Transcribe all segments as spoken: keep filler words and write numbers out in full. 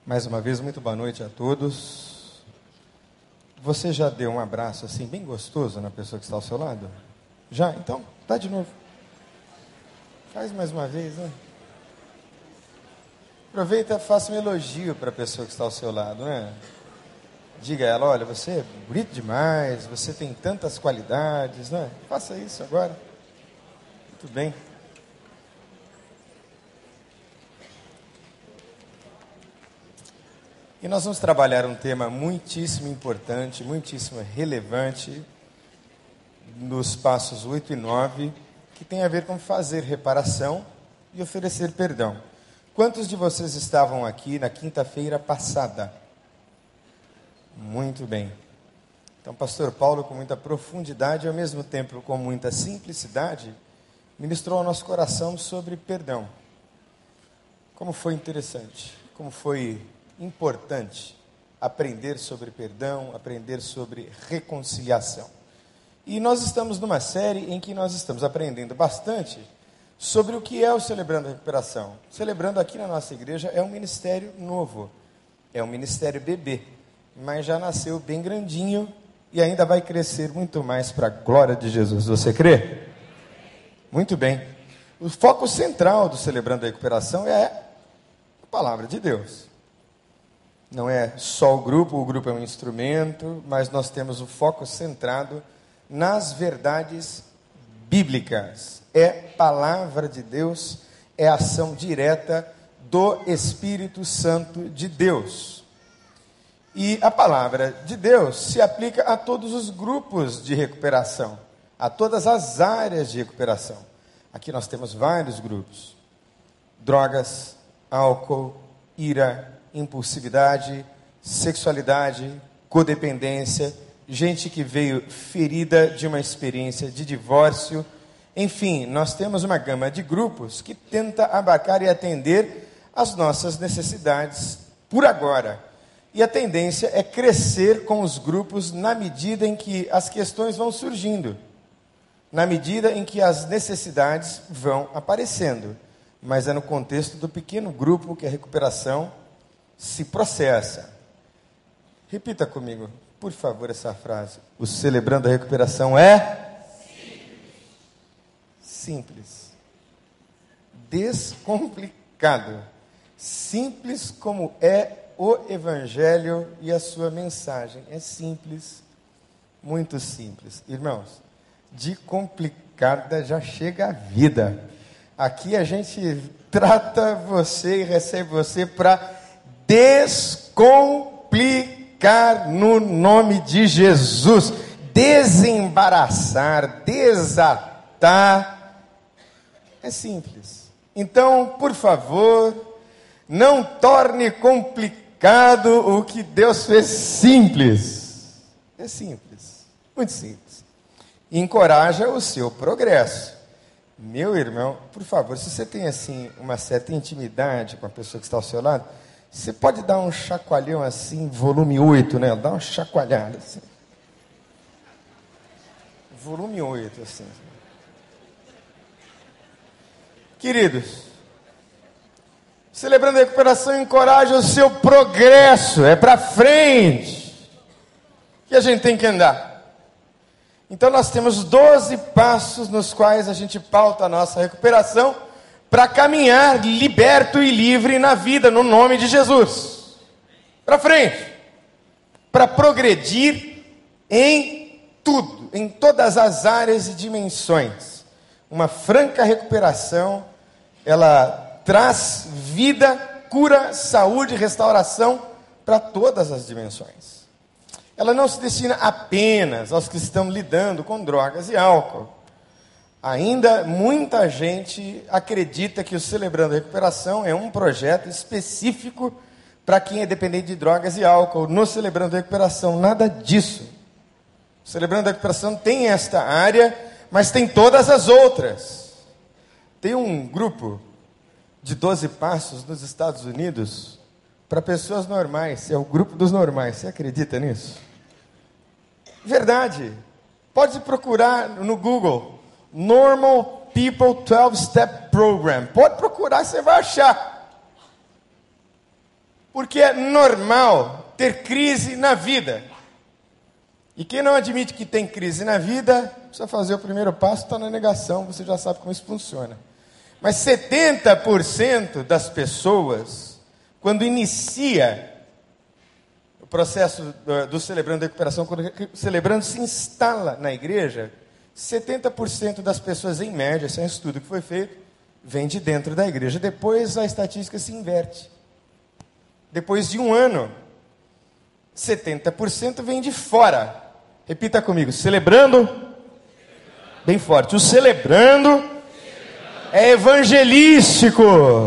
Mais uma vez, muito boa noite a todos. Você já deu um abraço assim, bem gostoso na pessoa que está ao seu lado? Já? Então, dá de novo. Faz mais uma vez, né? Aproveita e faça um elogio para a pessoa que está ao seu lado, né? Diga a ela, olha, você é bonito demais, você tem tantas qualidades, né? Faça isso agora. Muito bem. E nós vamos trabalhar um tema muitíssimo importante, muitíssimo relevante, nos passos oito e nove, que tem a ver com fazer reparação e oferecer perdão. Quantos de vocês estavam aqui na quinta-feira passada? Muito bem. Então, pastor Paulo, com muita profundidade e ao mesmo tempo com muita simplicidade, ministrou ao nosso coração sobre perdão. Como foi interessante, como foi importante aprender sobre perdão, aprender sobre reconciliação. E nós estamos numa série em que nós estamos aprendendo bastante sobre o que é o Celebrando a Recuperação. Celebrando aqui na nossa igreja é um ministério novo, é um ministério bebê, mas já nasceu bem grandinho e ainda vai crescer muito mais para a glória de Jesus. Você crê? Muito bem. O foco central do Celebrando a Recuperação é a palavra de Deus. Não é só o grupo, o grupo é um instrumento, mas nós temos o foco centrado nas verdades bíblicas. É palavra de Deus, é ação direta do Espírito Santo de Deus. E a palavra de Deus se aplica a todos os grupos de recuperação, a todas as áreas de recuperação. Aqui nós temos vários grupos: drogas, álcool, ira, impulsividade, sexualidade, codependência, gente que veio ferida de uma experiência de divórcio. Enfim, nós temos uma gama de grupos que tenta abarcar e atender as nossas necessidades por agora. E a tendência é crescer com os grupos na medida em que as questões vão surgindo, na medida em que as necessidades vão aparecendo. Mas é no contexto do pequeno grupo que a recuperação se processa. Repita comigo, por favor, essa frase. O Celebrando a Recuperação é simples, simples. Descomplicado, simples como é o Evangelho e a sua mensagem. É simples, muito simples. Irmãos, de complicada já chega a vida. Aqui a gente trata você e recebe você para descomplicar no nome de Jesus, desembaraçar, desatar. É simples. Então, por favor, não torne complicado o que Deus fez simples. É simples, muito simples. Encoraja o seu progresso. Meu irmão, por favor, se você tem assim uma certa intimidade com a pessoa que está ao seu lado, você pode dar um chacoalhão assim, volume oito, né? Dá uma chacoalhada assim. Volume oito, assim. Queridos, Celebrando a Recuperação encoraja o seu progresso, é para frente que a gente tem que andar. Então nós temos doze passos nos quais a gente pauta a nossa recuperação para caminhar liberto e livre na vida, no nome de Jesus. Para frente. Para progredir em tudo, em todas as áreas e dimensões. Uma franca recuperação, ela traz vida, cura, saúde, restauração para todas as dimensões. Ela não se destina apenas aos que estão lidando com drogas e álcool. Ainda muita gente acredita que o Celebrando a Recuperação é um projeto específico para quem é dependente de drogas e álcool. No Celebrando a Recuperação, nada disso. O Celebrando a Recuperação tem esta área, mas tem todas as outras. Tem um grupo de doze passos nos Estados Unidos para pessoas normais. É o grupo dos normais. Você acredita nisso? Verdade. Pode procurar no Google. Normal People twelve Step Program. Pode procurar, você vai achar. Porque é normal ter crise na vida. E quem não admite que tem crise na vida, precisa fazer o primeiro passo, está na negação, você já sabe como isso funciona. Mas setenta por cento das pessoas, quando inicia o processo do, do Celebrando da Recuperação, quando o Celebrando se instala na igreja, setenta por cento das pessoas, em média, esse é um estudo que foi feito, vem de dentro da igreja. Depois a estatística se inverte. Depois de um ano, setenta por cento vem de fora. Repita comigo, celebrando, bem forte, o celebrando é evangelístico.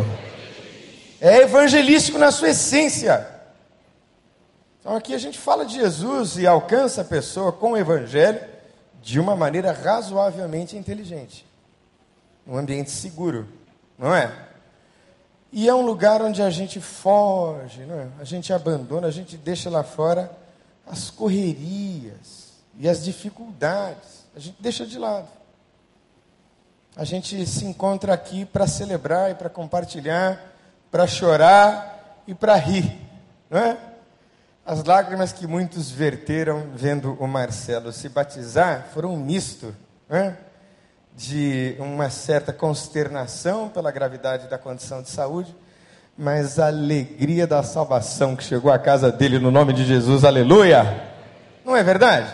É evangelístico na sua essência. Então aqui a gente fala de Jesus e alcança a pessoa com o evangelho de uma maneira razoavelmente inteligente. Um ambiente seguro, não é? E é um lugar onde a gente foge, não é? A gente abandona, a gente deixa lá fora as correrias e as dificuldades. A gente deixa de lado. A gente se encontra aqui para celebrar e para compartilhar, para chorar e para rir, não é? As lágrimas que muitos verteram vendo o Marcelo se batizar foram um misto, não é? De uma certa consternação pela gravidade da condição de saúde, mas a alegria da salvação que chegou à casa dele no nome de Jesus, aleluia! Não é verdade?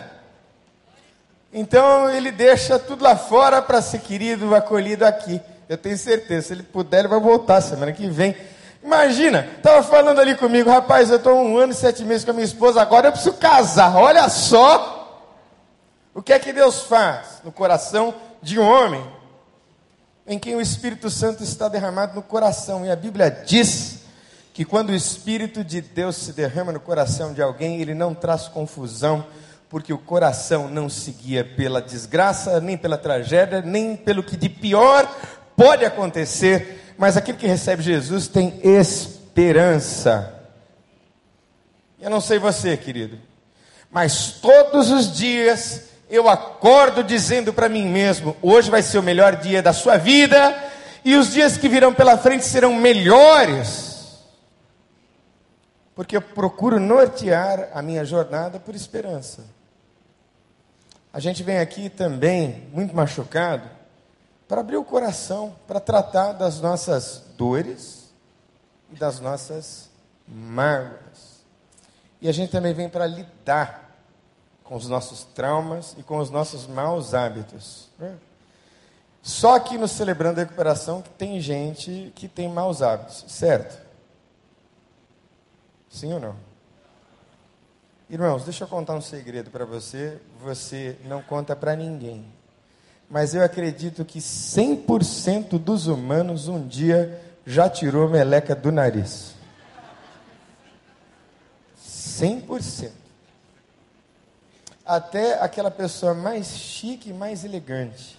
Então ele deixa tudo lá fora para ser querido, acolhido aqui. Eu tenho certeza, se ele puder, ele vai voltar semana que vem. Imagina, estava falando ali comigo, rapaz, eu estou um ano e sete meses com a minha esposa, agora eu preciso casar. Olha só o que é que Deus faz no coração de um homem em quem o Espírito Santo está derramado no coração. E a Bíblia diz que quando o Espírito de Deus se derrama no coração de alguém, ele não traz confusão, porque o coração não se guia pela desgraça, nem pela tragédia, nem pelo que de pior pode acontecer, mas aquele que recebe Jesus tem esperança. Eu não sei você, querido, mas todos os dias eu acordo dizendo para mim mesmo, hoje vai ser o melhor dia da sua vida, e os dias que virão pela frente serão melhores, porque eu procuro nortear a minha jornada por esperança. A gente vem aqui também, muito machucado, para abrir o coração, para tratar das nossas dores e das nossas mágoas. E a gente também vem para lidar com os nossos traumas e com os nossos maus hábitos. Só que no Celebrando a Recuperação que tem gente que tem maus hábitos, certo? Sim ou não? Irmãos, deixa eu contar um segredo para você, você não conta para ninguém. Mas eu acredito que cem por cento dos humanos um dia já tirou meleca do nariz. cem por cento. Até aquela pessoa mais chique e mais elegante.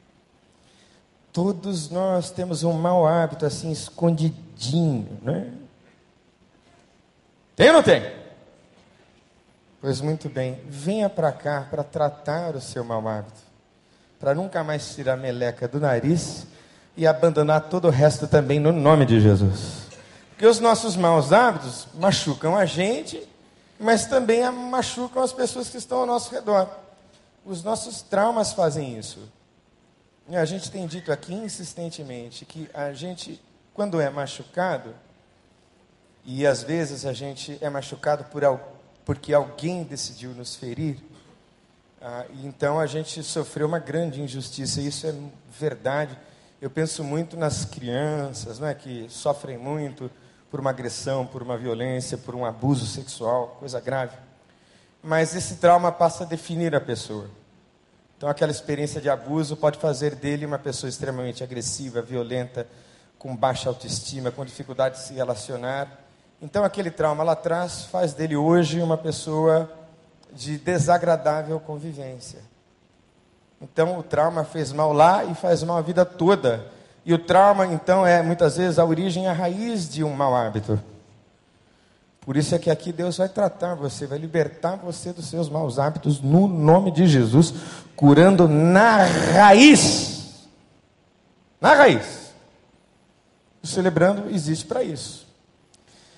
Todos nós temos um mau hábito assim, escondidinho, né? Tem ou não tem? Pois muito bem, venha para cá para tratar o seu mau hábito, para nunca mais tirar a meleca do nariz e abandonar todo o resto também no nome de Jesus. Porque os nossos maus hábitos machucam a gente, mas também machucam as pessoas que estão ao nosso redor. Os nossos traumas fazem isso. E a gente tem dito aqui insistentemente que a gente, quando é machucado, e às vezes a gente é machucado por, porque alguém decidiu nos ferir, ah, então a gente sofreu uma grande injustiça, e isso é verdade. Eu penso muito nas crianças, não é, que sofrem muito por uma agressão, por uma violência, por um abuso sexual, coisa grave. Mas esse trauma passa a definir a pessoa. Então aquela experiência de abuso pode fazer dele uma pessoa extremamente agressiva, violenta, com baixa autoestima, com dificuldade de se relacionar. Então aquele trauma lá atrás faz dele hoje uma pessoa de desagradável convivência. Então o trauma fez mal lá e faz mal a vida toda. E o trauma, então, é muitas vezes a origem, a raiz de um mau hábito. Por isso é que aqui Deus vai tratar você, vai libertar você dos seus maus hábitos no nome de Jesus, curando na raiz. Na raiz. O Celebrando existe para isso.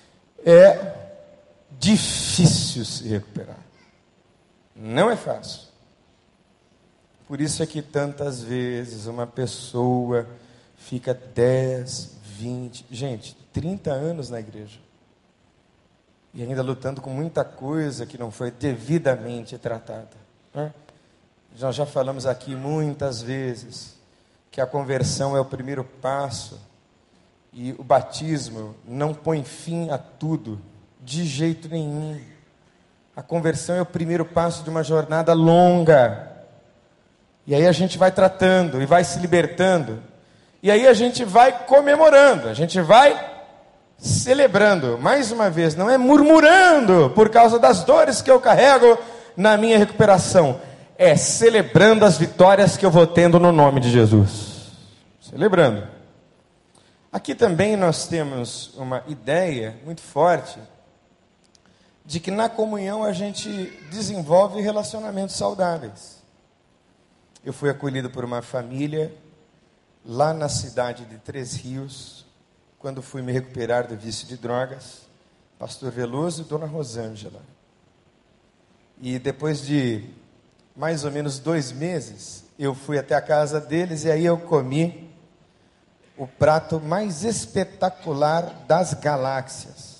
é difícil se recuperar. Não é fácil. Por isso é que tantas vezes uma pessoa fica dez, vinte, gente, trinta anos na igreja. E ainda lutando com muita coisa que não foi devidamente tratada. Né? Nós já falamos aqui muitas vezes que a conversão é o primeiro passo. E o batismo não põe fim a tudo, de jeito nenhum. A conversão é o primeiro passo de uma jornada longa. E aí a gente vai tratando e vai se libertando. E aí a gente vai comemorando, a gente vai celebrando. Mais uma vez, não é murmurando por causa das dores que eu carrego na minha recuperação. É celebrando as vitórias que eu vou tendo no nome de Jesus. Celebrando. Aqui também nós temos uma ideia muito forte de que na comunhão a gente desenvolve relacionamentos saudáveis. Eu fui acolhido por uma família lá na cidade de Três Rios, quando fui me recuperar do vício de drogas, pastor Veloso e dona Rosângela. E depois de mais ou menos dois meses, eu fui até a casa deles e aí eu comi o prato mais espetacular das galáxias.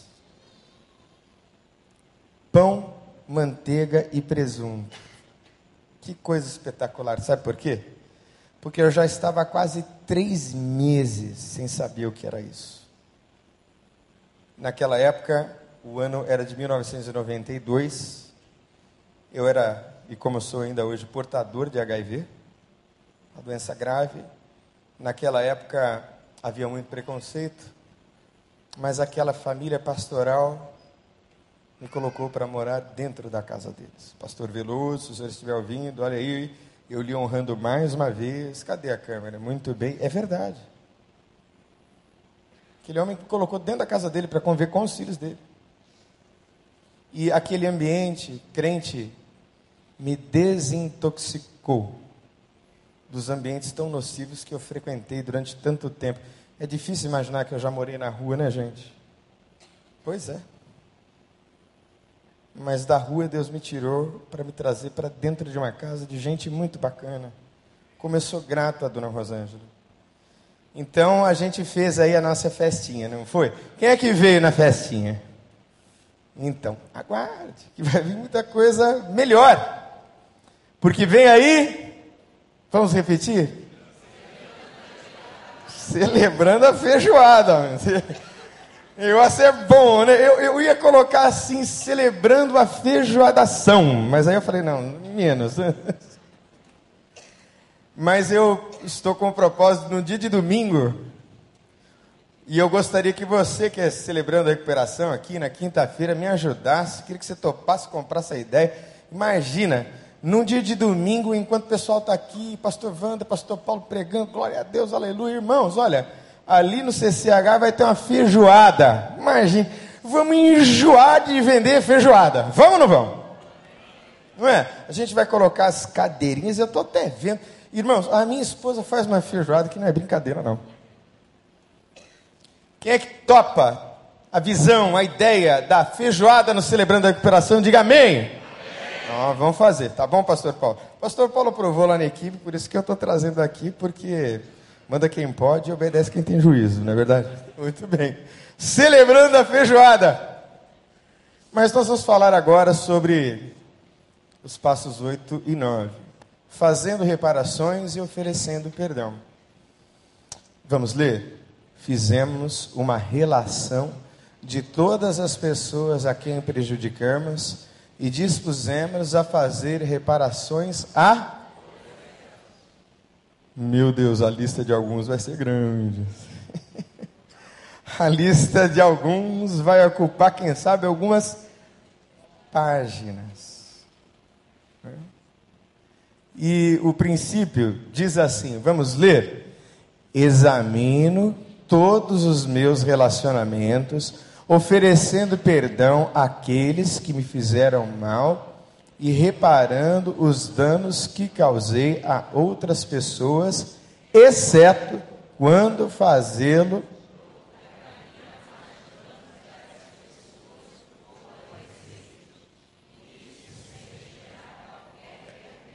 Pão, manteiga e presunto. Que coisa espetacular, sabe por quê? Porque eu já estava há quase três meses sem saber o que era isso. Naquela época, o ano era de mil novecentos e noventa e dois, eu era, e como eu sou ainda hoje, portador de H I V, uma doença grave. Naquela época havia muito preconceito, mas aquela família pastoral me colocou para morar dentro da casa deles. Pastor Veloso, se o senhor estiver ouvindo, olha aí, eu lhe honrando mais uma vez. Cadê a câmera? Muito bem, é verdade. Aquele homem que colocou dentro da casa dele para conviver com os filhos dele. E aquele ambiente crente me desintoxicou dos ambientes tão nocivos que eu frequentei durante tanto tempo. É difícil imaginar que eu já morei na rua, né, gente? Pois é. Mas da rua Deus me tirou para me trazer para dentro de uma casa de gente muito bacana. Como eu sou grato a dona Rosângela. Então a gente fez aí a nossa festinha, não foi? Quem é que veio na festinha? Então, aguarde, que vai vir muita coisa melhor. Porque vem aí, vamos repetir? Celebrando a feijoada. Eu acho é bom, né? Eu, eu ia colocar assim, celebrando a feijoadação. Mas aí eu falei, não, menos. Mas eu estou com o propósito no dia de domingo. E eu gostaria que você, que é celebrando a recuperação aqui na quinta-feira, me ajudasse. Queria que você topasse comprar essa ideia. Imagina, num dia de domingo, enquanto o pessoal está aqui, pastor Wanda, pastor Paulo pregando, glória a Deus, aleluia. Irmãos, olha, ali no C C H vai ter uma feijoada. Imagina, vamos enjoar de vender feijoada. Vamos ou não vamos? Não é? A gente vai colocar as cadeirinhas, eu estou até vendo. Irmãos, a minha esposa faz uma feijoada que não é brincadeira, não. Quem é que topa a visão, a ideia da feijoada no Celebrando a Recuperação? Diga amém. Amém. Ah, vamos fazer, tá bom, pastor Paulo? Pastor Paulo aprovou lá na equipe, por isso que eu estou trazendo aqui, porque manda quem pode e obedece quem tem juízo, não é verdade? Muito bem. Celebrando a feijoada. Mas nós vamos falar agora sobre os passos oito e nove. Fazendo reparações e oferecendo perdão. Vamos ler? Fizemos uma relação de todas as pessoas a quem prejudicamos e dispusemos a fazer reparações a... Meu Deus, a lista de alguns vai ser grande. A lista de alguns vai ocupar, quem sabe, algumas páginas. E o princípio diz assim, vamos ler? Examino todos os meus relacionamentos, oferecendo perdão àqueles que me fizeram mal e reparando os danos que causei a outras pessoas, exceto quando fazê-lo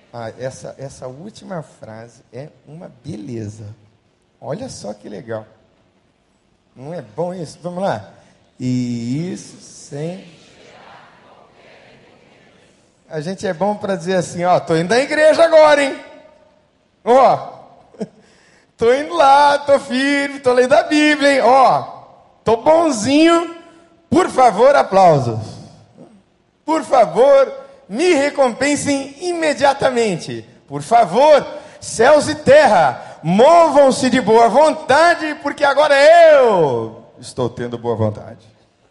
Ah, essa, essa última frase é uma beleza. Olha só que legal. Não é bom isso? Vamos lá. E isso sem... A gente é bom para dizer assim, ó, tô indo à igreja agora, hein? Ó, tô indo lá, tô firme, tô lendo a Bíblia, hein? Ó, tô bonzinho. Por favor, aplausos. Por favor, me recompensem imediatamente. Por favor, céus e terra, movam-se de boa vontade, porque agora eu estou tendo boa vontade.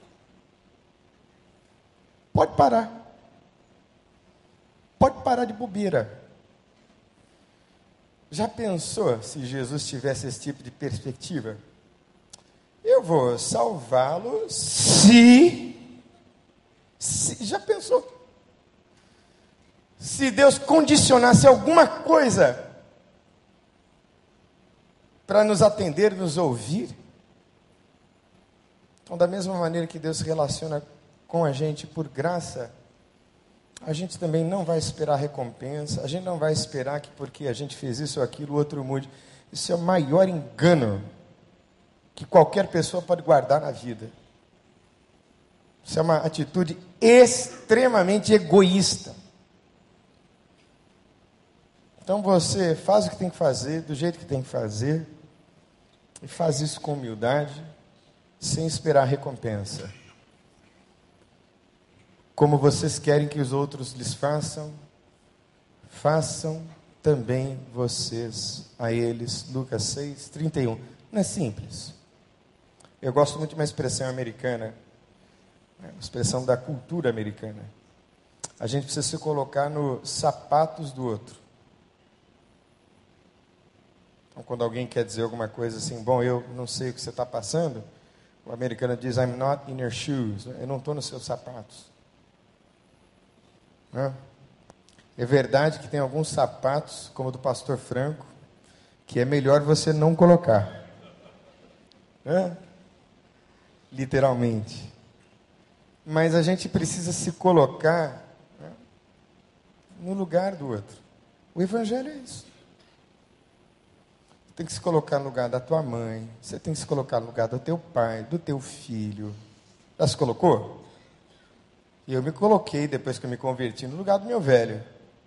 Pode parar. Pode parar de bobeira. Já pensou se Jesus tivesse esse tipo de perspectiva? Eu vou salvá-lo se, se... Já pensou? Se Deus condicionasse alguma coisa para nos atender, nos ouvir. Então, da mesma maneira que Deus se relaciona com a gente por graça, a gente também não vai esperar recompensa, a gente não vai esperar que porque a gente fez isso ou aquilo, o outro mude. Isso é o maior engano que qualquer pessoa pode guardar na vida. Isso é uma atitude extremamente egoísta. Então você faz o que tem que fazer, do jeito que tem que fazer, e faz isso com humildade, sem esperar recompensa. Como vocês querem que os outros lhes façam, façam também vocês a eles. Lucas seis, trinta e um. Não é simples. Eu gosto muito de uma expressão americana, uma expressão da cultura americana. A gente precisa se colocar nos sapatos do outro. Então, quando alguém quer dizer alguma coisa assim, bom, eu não sei o que você está passando, o americano diz, I'm not in your shoes. Eu não estou nos seus sapatos. É verdade que tem alguns sapatos, como o do pastor Franco, que é melhor você não colocar. Hã? Literalmente. Mas a gente precisa se colocar, né, no lugar do outro. O evangelho é isso. Você tem que se colocar no lugar da tua mãe, você tem que se colocar no lugar do teu pai, do teu filho. Já se colocou? E eu me coloquei, depois que eu me converti, no lugar do meu velho.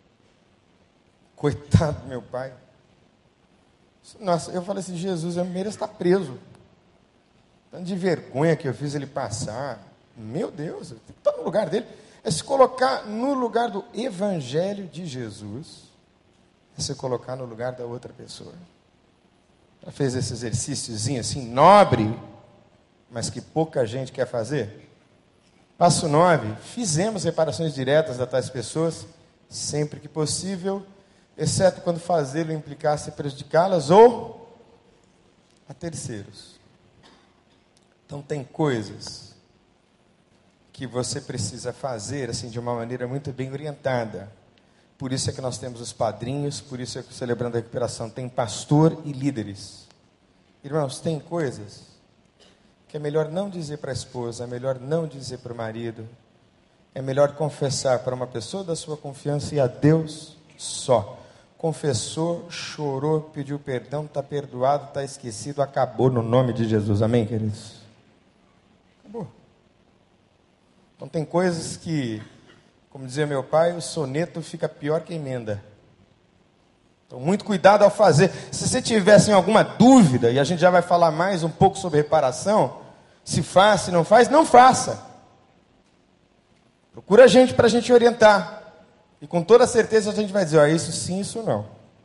Coitado do meu pai. Nossa, eu falei assim, Jesus, eu mereço estar preso. Tanto de vergonha que eu fiz ele passar. Meu Deus, eu tenho que estar no lugar dele. É se colocar no lugar do evangelho de Jesus. É se colocar no lugar da outra pessoa. Já fez esse exercíciozinho assim, nobre, mas que pouca gente quer fazer? Passo nove, fizemos reparações diretas a tais pessoas, sempre que possível, exceto quando fazê-lo implicasse prejudicá-las ou a terceiros. Então tem coisas que você precisa fazer assim de uma maneira muito bem orientada. Por isso é que nós temos os padrinhos, por isso é que Celebrando a Recuperação tem pastor e líderes. Irmãos, tem coisas que é melhor não dizer para a esposa, é melhor não dizer para o marido, é melhor confessar para uma pessoa da sua confiança e a Deus só. Confessou, chorou, pediu perdão, está perdoado, está esquecido, acabou no nome de Jesus. Amém, queridos? Acabou. Então tem coisas que, como dizia meu pai, o soneto fica pior que a emenda. Então muito cuidado ao fazer. Se você tivesse alguma dúvida, e a gente já vai falar mais um pouco sobre reparação, se faz, se não faz, não faça. Procura a gente para a gente orientar. E com toda certeza a gente vai dizer, ó, isso sim, isso não.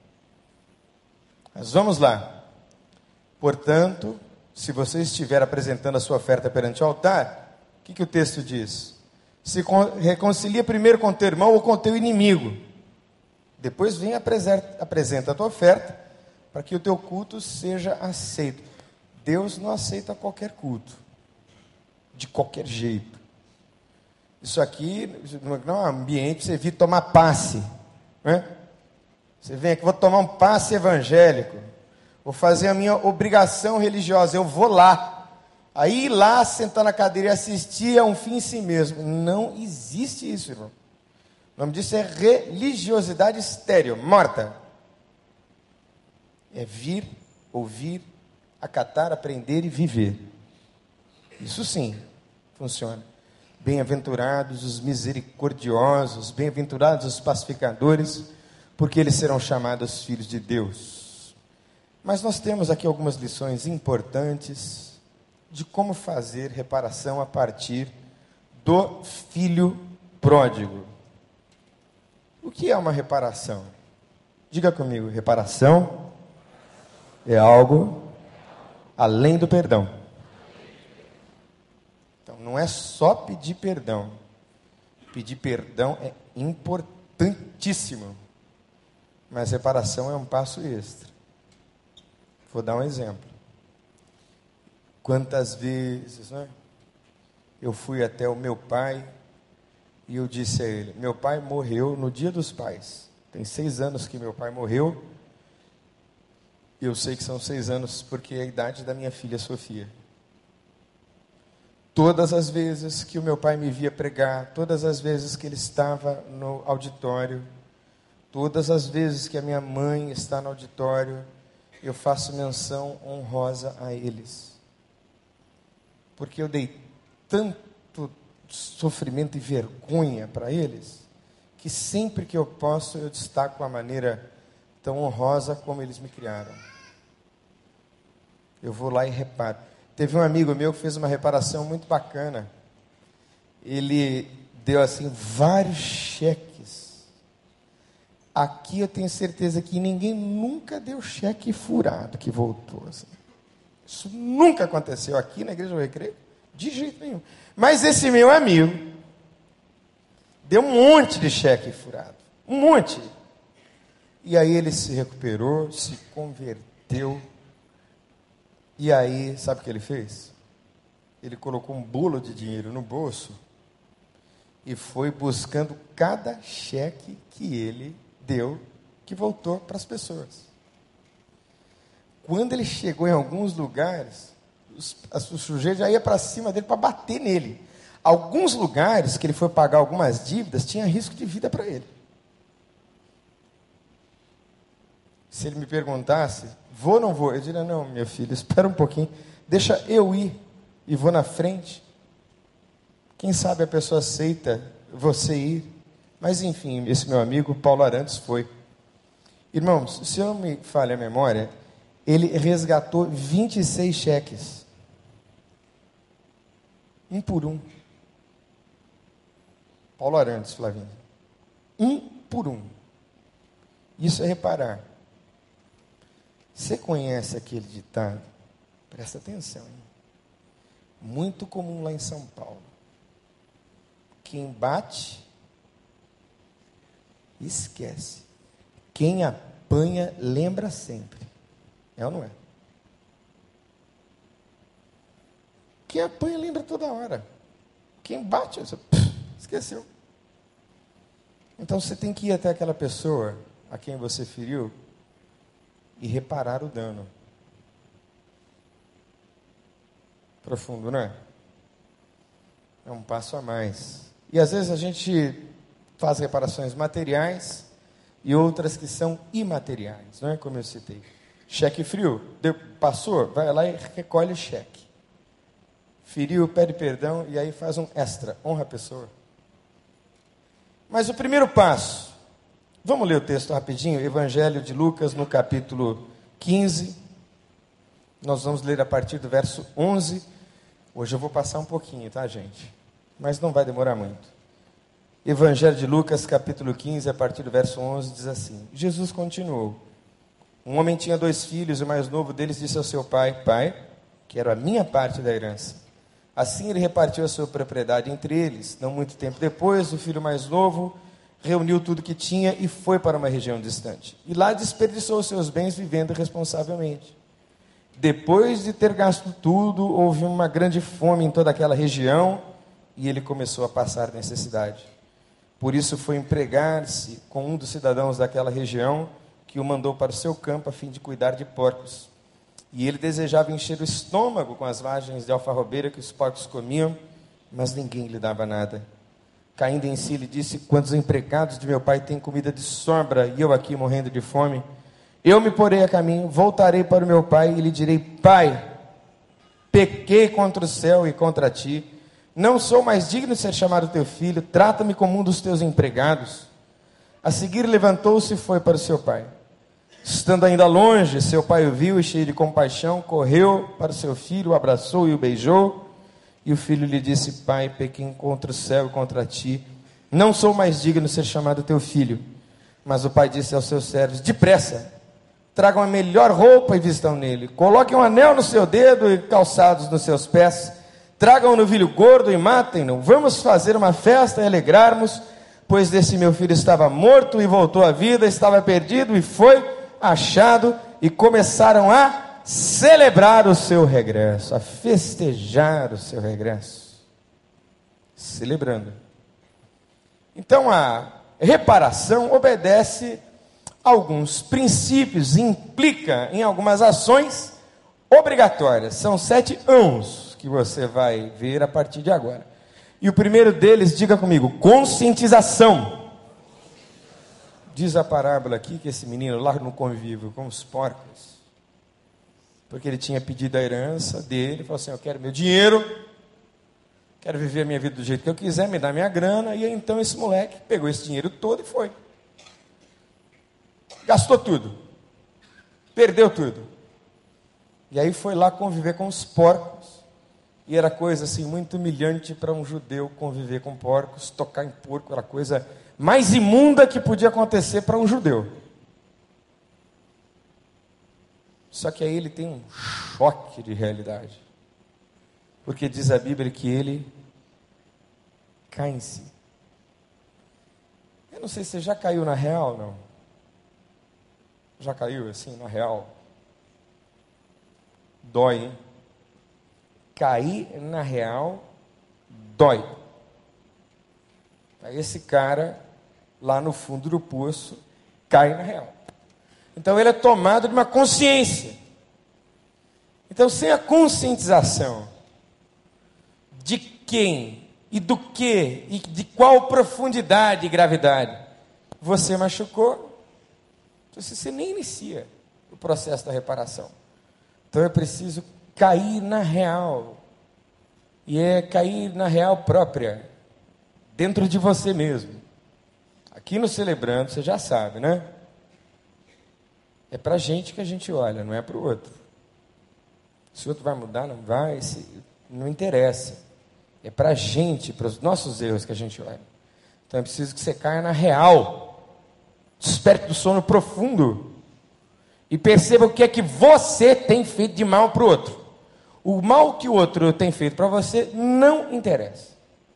Mas vamos lá. Portanto, se você estiver apresentando a sua oferta perante o altar, o que, que o texto diz? Se reconcilia primeiro com teu irmão ou com teu inimigo. Depois vem e apresenta a tua oferta para que o teu culto seja aceito. Deus não aceita qualquer culto. De qualquer jeito. Isso aqui não é um ambiente para você vir tomar passe. Né? Você vem aqui, vou tomar um passe evangélico. Vou fazer a minha obrigação religiosa. Eu vou lá. Aí ir lá, sentar na cadeira e assistir é um fim em si mesmo. Não existe isso, irmão. O nome disso é religiosidade estéril, morta. É vir, ouvir, acatar, aprender e viver. Isso sim, funciona. Bem-aventurados os misericordiosos, bem-aventurados os pacificadores, porque eles serão chamados filhos de Deus. Mas nós temos aqui algumas lições importantes de como fazer reparação a partir do filho pródigo. O que é uma reparação? Diga comigo, reparação é algo além do perdão. Então, não é só pedir perdão. Pedir perdão é importantíssimo. Mas reparação é um passo extra. Vou dar um exemplo. Quantas vezes, né, eu fui até o meu pai e eu disse a ele, meu pai morreu no dia dos pais. Tem seis anos que meu pai morreu. Eu sei que são seis anos porque é a idade da minha filha Sofia. Todas as vezes que o meu pai me via pregar, todas as vezes que ele estava no auditório, todas as vezes que a minha mãe está no auditório, eu faço menção honrosa a eles. Porque eu dei tanto sofrimento e vergonha para eles, que sempre que eu posso, eu destaco a maneira tão honrosa como eles me criaram. Eu vou lá e reparo. Teve um amigo meu que fez uma reparação muito bacana. Ele deu assim vários cheques. Aqui eu tenho certeza que ninguém nunca deu cheque furado que voltou. Assim. Isso nunca aconteceu aqui na Igreja do Recreio, de jeito nenhum. Mas esse meu amigo deu um monte de cheque furado. Um monte. E aí ele se recuperou, se converteu. E aí, sabe o que ele fez? Ele colocou um bolo de dinheiro no bolso e foi buscando cada cheque que ele deu, que voltou para as pessoas. Quando ele chegou em alguns lugares, os, o sujeito já ia para cima dele para bater nele. Alguns lugares que ele foi pagar algumas dívidas, tinha risco de vida para ele. Se ele me perguntasse, vou ou não vou? Eu diria, não, meu filho, espera um pouquinho, deixa eu ir e vou na frente. Quem sabe a pessoa aceita você ir. Mas enfim, esse meu amigo, Paulo Arantes, foi. Irmãos, se eu não me falha a memória, ele resgatou vinte e seis cheques. Um por um. Paulo Arantes, Flavinho. Um por um. Isso é reparar. Você conhece aquele ditado? Presta atenção, hein? Muito comum lá em São Paulo. Quem bate, esquece. Quem apanha, lembra sempre. É ou não é? Quem apanha, lembra toda hora. Quem bate, você, pff, esqueceu. Então você tem que ir até aquela pessoa a quem você feriu e reparar o dano. Profundo, não é? É um passo a mais. E às vezes a gente faz reparações materiais e outras que são imateriais, não é? Como eu citei. Cheque frio, deu, passou, vai lá e recolhe o cheque. Feriu, pede perdão e aí faz um extra, honra a pessoa. Mas o primeiro passo, vamos ler o texto rapidinho, Evangelho de Lucas, no capítulo quinze. Nós vamos ler a partir do verso onze. Hoje eu vou passar um pouquinho, tá, gente? Mas não vai demorar muito. Evangelho de Lucas, capítulo quinze, a partir do verso onze, diz assim: Jesus continuou. Um homem tinha dois filhos, e o mais novo deles disse ao seu pai: Pai, quero a minha parte da herança. Assim ele repartiu a sua propriedade entre eles. Não muito tempo depois, o filho mais novo reuniu tudo que tinha e foi para uma região distante. E lá desperdiçou seus bens vivendo irresponsavelmente. Depois de ter gasto tudo, houve uma grande fome em toda aquela região e ele começou a passar necessidade. Por isso foi empregar-se com um dos cidadãos daquela região, que o mandou para o seu campo a fim de cuidar de porcos. E ele desejava encher o estômago com as vagens de alfarrobeira que os porcos comiam, mas ninguém lhe dava nada. Caindo em si, ele disse: quantos empregados de meu pai têm comida de sobra, e eu aqui morrendo de fome? Eu me porei a caminho, voltarei para o meu pai, e lhe direi: pai, pequei contra o céu e contra ti, não sou mais digno de ser chamado teu filho, trata-me como um dos teus empregados. A seguir levantou-se e foi para o seu pai. Estando ainda longe, seu pai o viu e, cheio de compaixão, correu para o seu filho, o abraçou e o beijou. E o filho lhe disse: pai, pequei contra o céu e contra ti, não sou mais digno de ser chamado teu filho. Mas o pai disse aos seus servos: depressa, tragam a melhor roupa e vistam nele, coloquem um anel no seu dedo e calçados nos seus pés, tragam um novilho gordo e matem-no, vamos fazer uma festa e alegrarmos, pois desse meu filho estava morto e voltou à vida, estava perdido e foi achado. E começaram a celebrar o seu regresso, a festejar o seu regresso, celebrando. Então a reparação obedece a alguns princípios, implica em algumas ações obrigatórias. São sete ãos que você vai ver a partir de agora. E o primeiro deles, diga comigo, conscientização. Diz a parábola aqui que esse menino lá no convívio com os porcos, porque ele tinha pedido a herança dele, falou assim: eu quero meu dinheiro, quero viver a minha vida do jeito que eu quiser, me dá minha grana. E então esse moleque pegou esse dinheiro todo e foi. Gastou tudo, perdeu tudo. E aí foi lá conviver com os porcos. E era coisa assim muito humilhante para um judeu conviver com porcos, tocar em porco, era a coisa mais imunda que podia acontecer para um judeu. Só que aí ele tem um choque de realidade. Porque diz a Bíblia que ele cai em si. Eu não sei se você já caiu na real, não. Já caiu assim, na real? Dói, hein? Cair na real dói. Aí esse cara, lá no fundo do poço, cai na real. Então ele é tomado de uma consciência. Então, sem a conscientização de quem e do que e de qual profundidade e gravidade você machucou, você nem inicia o processo da reparação. Então é preciso cair na real. E é cair na real própria, dentro de você mesmo. Aqui no Celebrando, você já sabe, né? É para a gente que a gente olha, não é para o outro. Se o outro vai mudar, não vai, se, não interessa. É para a gente, para os nossos erros que a gente olha. Então é preciso que você caia na real. Desperte do sono profundo. E perceba o que é que você tem feito de mal para o outro. O mal que o outro tem feito para você não interessa.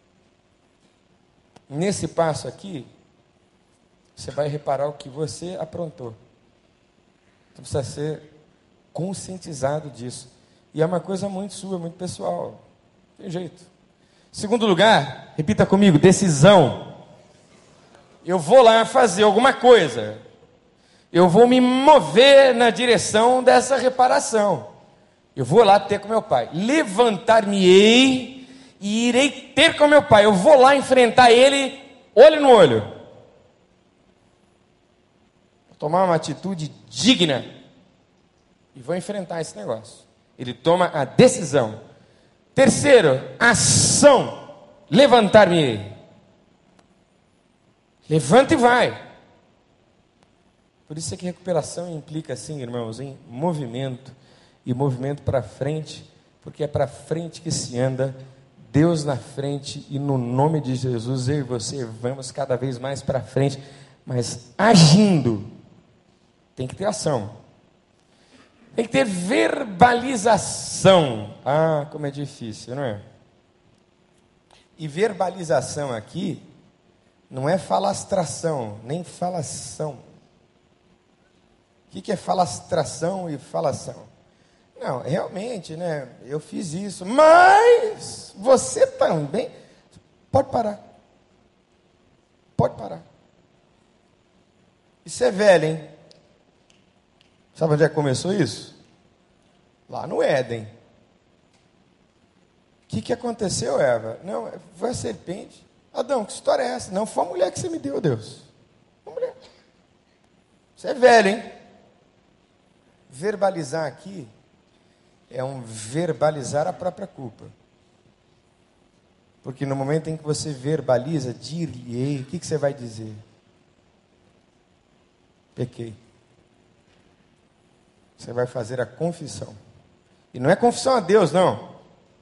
Nesse passo aqui, você vai reparar o que você aprontou. Então precisa ser conscientizado disso. E é uma coisa muito sua, muito pessoal. Tem jeito. Segundo lugar, repita comigo, decisão. Eu vou lá fazer alguma coisa. Eu vou me mover na direção dessa reparação. Eu vou lá ter com meu pai. Levantar-me-ei e irei ter com meu pai. Eu vou lá enfrentar ele olho no olho. Vou tomar uma atitude digna. E vou enfrentar esse negócio. Ele toma a decisão. Terceiro, ação. Levantar-me-ei. Levanta e vai. Por isso é que recuperação implica, assim, irmãos, em movimento. E movimento para frente, porque é para frente que se anda, Deus na frente, e no nome de Jesus, eu e você vamos cada vez mais para frente, mas agindo, tem que ter ação, tem que ter verbalização. Ah, como é difícil, não é? E verbalização aqui, não é falastração, nem falação. O que é falastração e falação? Não, realmente, né, eu fiz isso, mas você também, pode parar, pode parar. Isso é velho, hein? Sabe onde é que começou isso? Lá no Éden. O que, que aconteceu, Eva? Não, foi a serpente. Adão, que história é essa? Não, foi a mulher que você me deu, Deus. Uma mulher. Você é velho, hein? Verbalizar aqui é um verbalizar a própria culpa. Porque no momento em que você verbaliza, dir-lhe-ei, o que, que você vai dizer? Pequei. Você vai fazer a confissão. E não é confissão a Deus, não.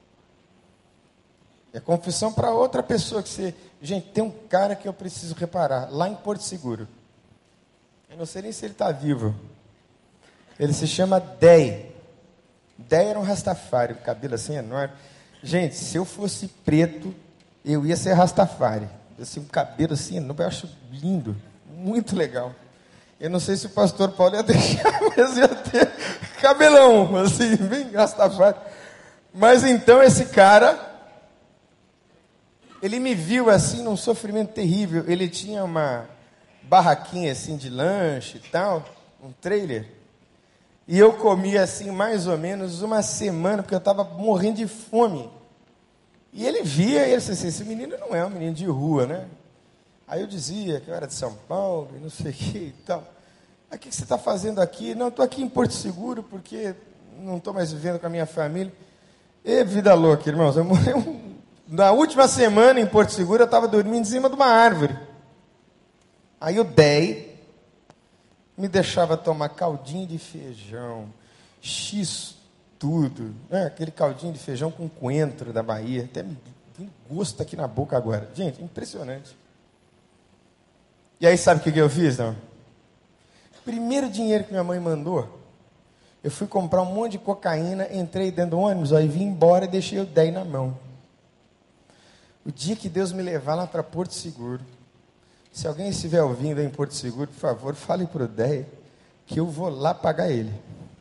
É confissão para outra pessoa que você... Gente, tem um cara que eu preciso reparar, lá em Porto Seguro. Eu não sei nem se ele está vivo. Ele se chama Dey. Dey era um rastafari, cabelo assim enorme. Gente, se eu fosse preto, eu ia ser rastafari. Assim, um cabelo assim enorme, eu acho lindo, muito legal. Eu não sei se o pastor Paulo ia deixar, mas ia ter cabelão, assim, bem rastafari. Mas então esse cara... Ele me viu assim num sofrimento terrível. Ele tinha uma barraquinha assim de lanche e tal, um trailer. E eu comia assim mais ou menos uma semana, porque eu estava morrendo de fome. E ele via, e ele disse assim, esse menino não é um menino de rua, né? Aí eu dizia que eu era de São Paulo, e não sei o que e tal. Aí, o que você está fazendo aqui? Não, estou aqui em Porto Seguro, porque não estou mais vivendo com a minha família. E vida louca, irmãos. Eu morri um... Na última semana em Porto Seguro, eu estava dormindo em cima de uma árvore. Aí o Dey me deixava tomar caldinho de feijão, X tudo, né? Aquele caldinho de feijão com coentro da Bahia. Até me tem gosto aqui na boca agora. Gente, impressionante. E aí sabe o que eu fiz, não? Primeiro dinheiro que minha mãe mandou, eu fui comprar um monte de cocaína, entrei dentro do ônibus, aí vim embora e deixei o Dey na mão. O dia que Deus me levar lá para Porto Seguro, se alguém estiver ouvindo aí em Porto Seguro, por favor, fale para o Dey que eu vou lá pagar ele.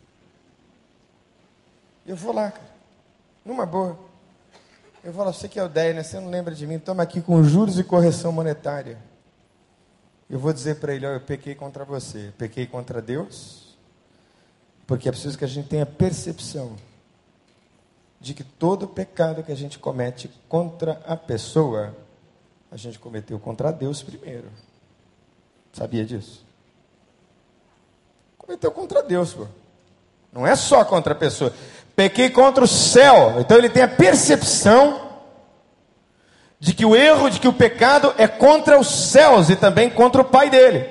Eu vou lá, cara. Numa boa. Eu vou lá, você que é o Dey, né? Você não lembra de mim? Toma aqui com juros e correção monetária. Eu vou dizer para ele, ó, eu pequei contra você. Eu pequei contra Deus, porque é preciso que a gente tenha percepção de que todo pecado que a gente comete contra a pessoa, a gente cometeu contra Deus primeiro. Sabia disso? Cometeu contra Deus, pô. Não é só contra a pessoa. Pequei contra o céu. Então ele tem a percepção de que o erro, de que o pecado é contra os céus e também contra o Pai dele.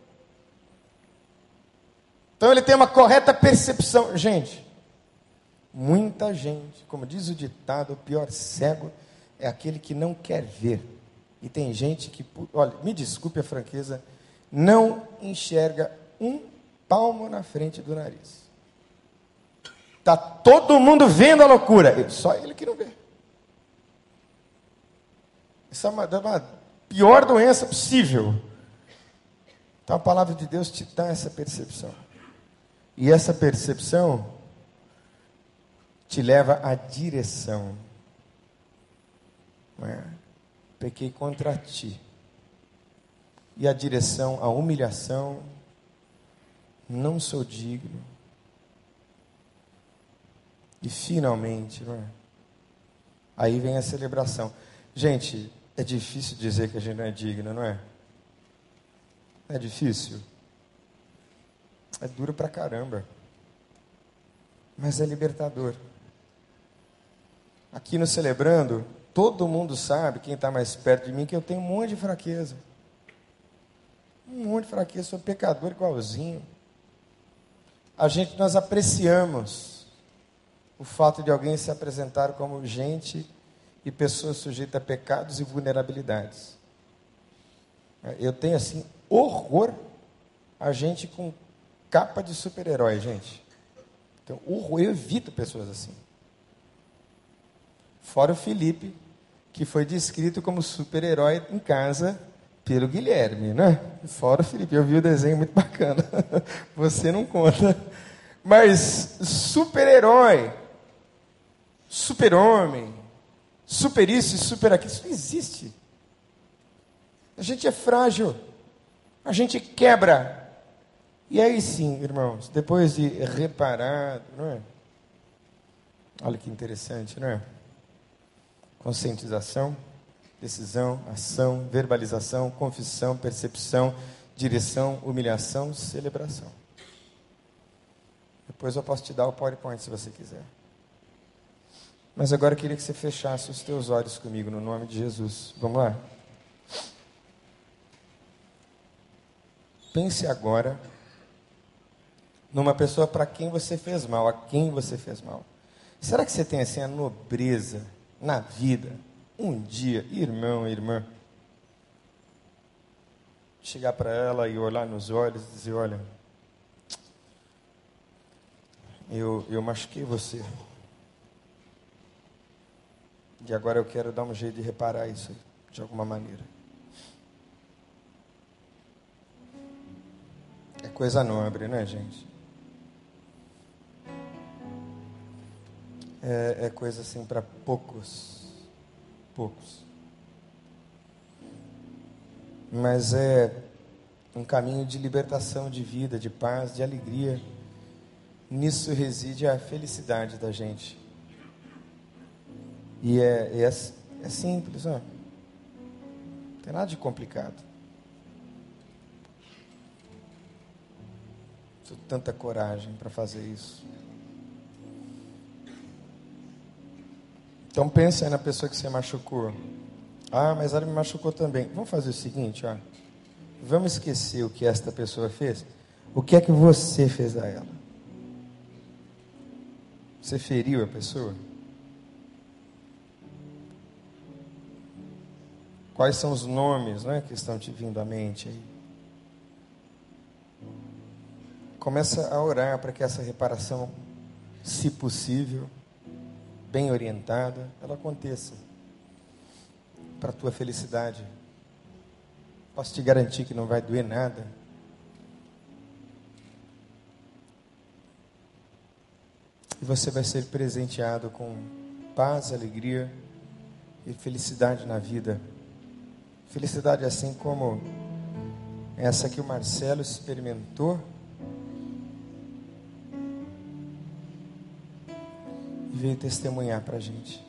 Então ele tem uma correta percepção. Gente, muita gente, como diz o ditado, o pior cego é aquele que não quer ver. E tem gente que, olha, me desculpe a franqueza, não enxerga um palmo na frente do nariz. Está todo mundo vendo a loucura, só ele que não vê. Essa é uma, é uma pior doença possível. Então a palavra de Deus te dá essa percepção. E essa percepção te leva à direção. Não é? Pequei contra ti. E a direção, a humilhação, não sou digno. E finalmente, não é? Aí vem a celebração. Gente, é difícil dizer que a gente não é digno, não é? É difícil. É duro pra caramba. Mas é libertador. Aqui no Celebrando, todo mundo sabe, quem está mais perto de mim, que eu tenho um monte de fraqueza. Um monte de fraqueza, sou pecador igualzinho. A gente, nós apreciamos o fato de alguém se apresentar como gente e pessoa sujeita a pecados e vulnerabilidades. Eu tenho, assim, horror a gente com capa de super-herói, gente. Então, horror, eu evito pessoas assim. Fora o Felipe, que foi descrito como super-herói em casa pelo Guilherme, né? Fora o Felipe, eu vi o desenho muito bacana. Você não conta. Mas super-herói, super-homem, super isso e super aquilo, isso não existe. A gente é frágil, a gente quebra. E aí sim, irmãos, depois de reparado, não é? Olha que interessante, não é? Conscientização, decisão, ação, verbalização, confissão, percepção, direção, humilhação, celebração. Depois eu posso te dar o PowerPoint se você quiser. Mas agora eu queria que você fechasse os teus olhos comigo, no nome de Jesus. Vamos lá? Pense agora numa pessoa para quem você fez mal, a quem você fez mal. Será que você tem assim a nobreza na vida, um dia, irmão, irmã, chegar para ela e olhar nos olhos e dizer, olha, eu, eu machuquei você. E agora eu quero dar um jeito de reparar isso de alguma maneira. É coisa nobre, né, gente? É, é coisa assim para poucos. Poucos. Mas é um caminho de libertação, de vida, de paz, de alegria. Nisso reside a felicidade da gente. E é, é, é simples, não? Não tem nada de complicado. Preciso de tanta coragem para fazer isso. Então pensa aí na pessoa que você machucou. Ah, mas ela me machucou também. Vamos fazer o seguinte, ó. Vamos esquecer o que esta pessoa fez. O que é que você fez a ela? Você feriu a pessoa? Quais são os nomes, né, que estão te vindo à mente aí? Começa a orar para que essa reparação, se possível, bem orientada, ela aconteça para a tua felicidade. Posso te garantir que não vai doer nada. E você vai ser presenteado com paz, alegria e felicidade na vida. Felicidade assim como essa que o Marcelo experimentou e veio testemunhar para a gente.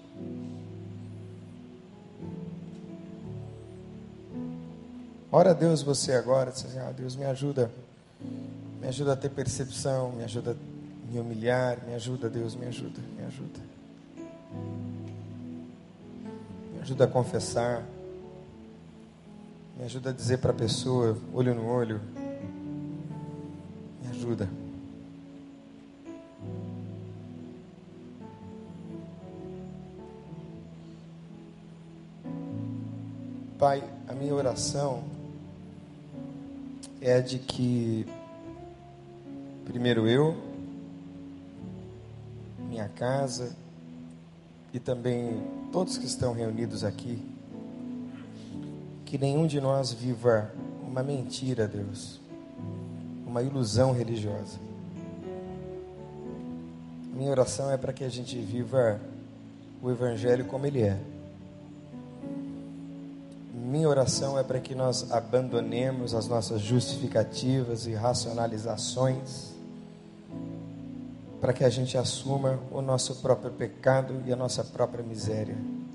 Ora a Deus você agora, diz assim, ah, Deus me ajuda, me ajuda a ter percepção, me ajuda a me humilhar, me ajuda, Deus, me ajuda, me ajuda. Me ajuda a confessar. Me ajuda a dizer para a pessoa, olho no olho, me ajuda. Pai, a minha oração é de que, primeiro eu, minha casa e também todos que estão reunidos aqui, que nenhum de nós viva uma mentira, Deus, uma ilusão religiosa. Minha oração é para que a gente viva o Evangelho como ele é. Minha oração é para que nós abandonemos as nossas justificativas e racionalizações, para que a gente assuma o nosso próprio pecado e a nossa própria miséria.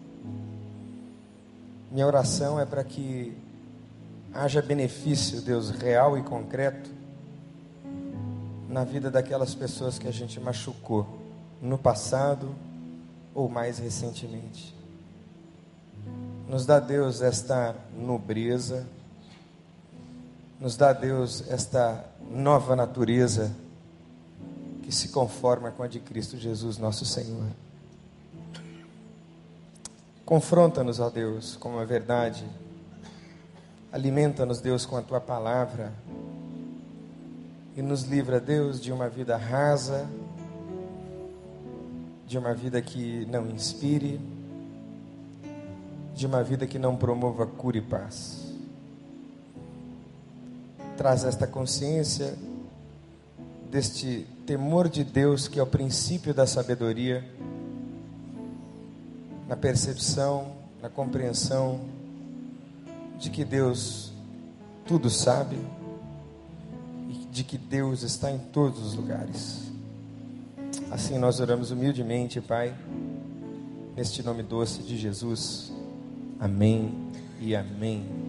Minha oração é para que haja benefício, Deus, real e concreto na vida daquelas pessoas que a gente machucou no passado ou mais recentemente. Nos dá, Deus, esta nobreza, nos dá, Deus, esta nova natureza que se conforma com a de Cristo Jesus, nosso Senhor. Confronta-nos, ó Deus, com a verdade. Alimenta-nos, Deus, com a Tua palavra. E nos livra, Deus, de uma vida rasa, de uma vida que não inspire, de uma vida que não promova cura e paz. Traz esta consciência deste temor de Deus que é o princípio da sabedoria, na percepção, na compreensão de que Deus tudo sabe e de que Deus está em todos os lugares. Assim nós oramos humildemente, Pai, neste nome doce de Jesus. Amém e amém.